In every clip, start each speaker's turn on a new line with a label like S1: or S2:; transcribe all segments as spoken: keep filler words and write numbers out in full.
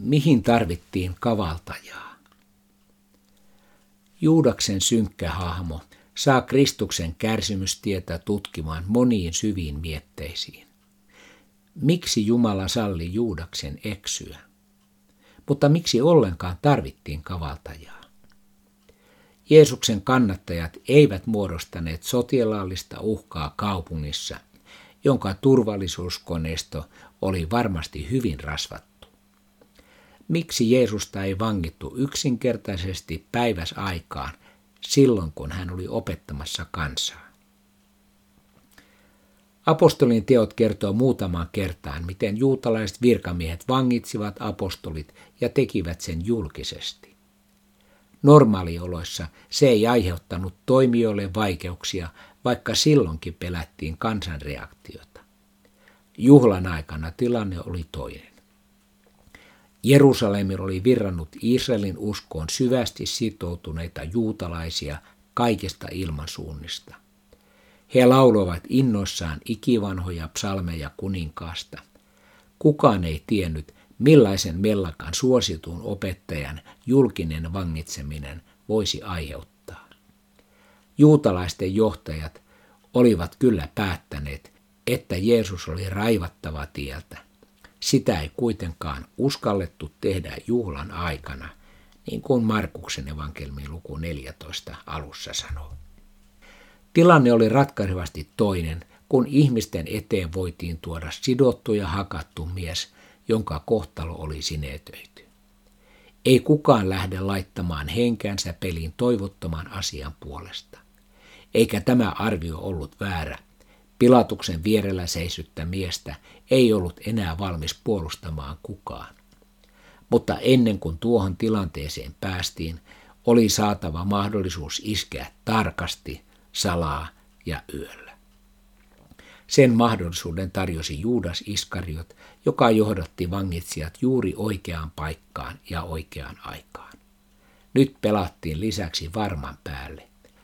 S1: Mihin tarvittiin kavaltajaa? Juudaksen synkkä hahmo saa Kristuksen kärsimystietä tutkimaan moniin syviin mietteisiin. Miksi Jumala salli Juudaksen eksyä? Mutta miksi ollenkaan tarvittiin kavaltajaa? Jeesuksen kannattajat eivät muodostaneet sotilaallista uhkaa kaupungissa, jonka turvallisuuskoneisto oli varmasti hyvin rasvattu. Miksi Jeesusta ei vangittu yksinkertaisesti päiväsaikaan silloin, kun hän oli opettamassa kansaa? Apostolien teot kertoo muutamaan kertaan, miten juutalaiset virkamiehet vangitsivat apostolit ja tekivät sen julkisesti. Normaalioloissa se ei aiheuttanut toimijoille vaikeuksia, vaikka silloinkin pelättiin kansan reaktiota. Juhlan aikana tilanne oli toinen. Jerusalemin oli virrannut Israelin uskoon syvästi sitoutuneita juutalaisia kaikista ilmansuunnista. He lauloivat innoissaan ikivanhoja psalmeja kuninkaasta. Kukaan ei tiennyt, millaisen mellakan suositun opettajan julkinen vangitseminen voisi aiheuttaa. Juutalaisten johtajat olivat kyllä päättäneet, että Jeesus oli raivattava tieltä. Sitä ei kuitenkaan uskallettu tehdä juhlan aikana, niin kuin Markuksen evankeliumin luku neljätoista alussa sanoo. Tilanne oli ratkaisevasti toinen, kun ihmisten eteen voitiin tuoda sidottu ja hakattu mies, jonka kohtalo oli sinetöity. Ei kukaan lähde laittamaan henkänsä peliin toivottoman asian puolesta. Eikä tämä arvio ollut väärä. Pilatuksen vierellä seisyttä miestä ei ollut enää valmis puolustamaan kukaan. Mutta ennen kuin tuohon tilanteeseen päästiin, oli saatava mahdollisuus iskeä tarkasti, salaa ja yöllä. Sen mahdollisuuden tarjosi Juudas Iskariot, joka johdatti vangitsijat juuri oikeaan paikkaan ja oikeaan aikaan. Nyt pelattiin lisäksi varman päälle.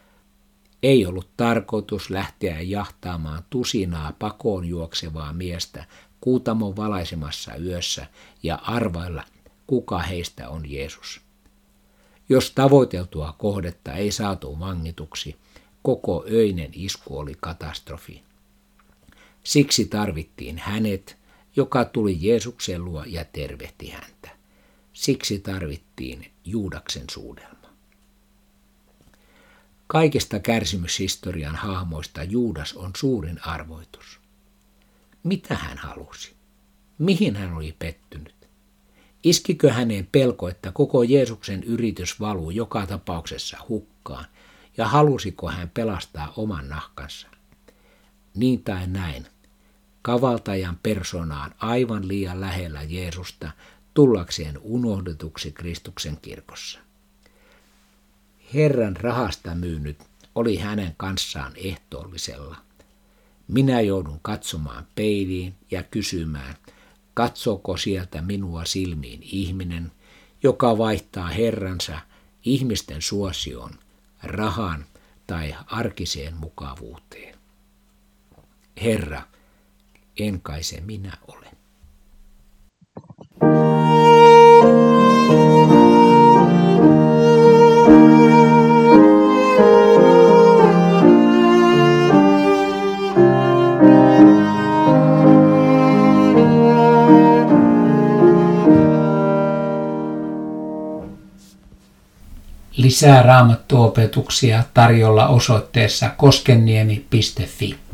S1: Ei ollut tarkoitus lähteä jahtaamaan tusinaa pakoon juoksevaa miestä kuutamon valaisemassa yössä ja arvailla, kuka heistä on Jeesus. Jos tavoiteltua kohdetta ei saatu vangituksi, koko öinen isku oli katastrofi. Siksi tarvittiin hänet, joka tuli Jeesuksen luo ja tervehti häntä. Siksi tarvittiin Juudaksen suudelma. Kaikista kärsimyshistorian hahmoista Juudas on suurin arvoitus. Mitä hän halusi? Mihin hän oli pettynyt? Iskikö häneen pelko, että koko Jeesuksen yritys valuu joka tapauksessa hukkaan, ja halusiko hän pelastaa oman nahkansa? Niin tai näin, kavaltajan persoonaan aivan liian lähellä Jeesusta tullakseen unohdetuksi Kristuksen kirkossa. Herran rahasta myynyt oli hänen kanssaan ehtoollisella. Minä joudun katsomaan peiliin ja kysymään, katsoko sieltä minua silmiin ihminen, joka vaihtaa herransa ihmisten suosioon, rahan tai arkiseen mukavuuteen. Herra, en kai se minä ole.
S2: Lisää Raamattuopetuksia tarjolla osoitteessa koskenniemi piste fi.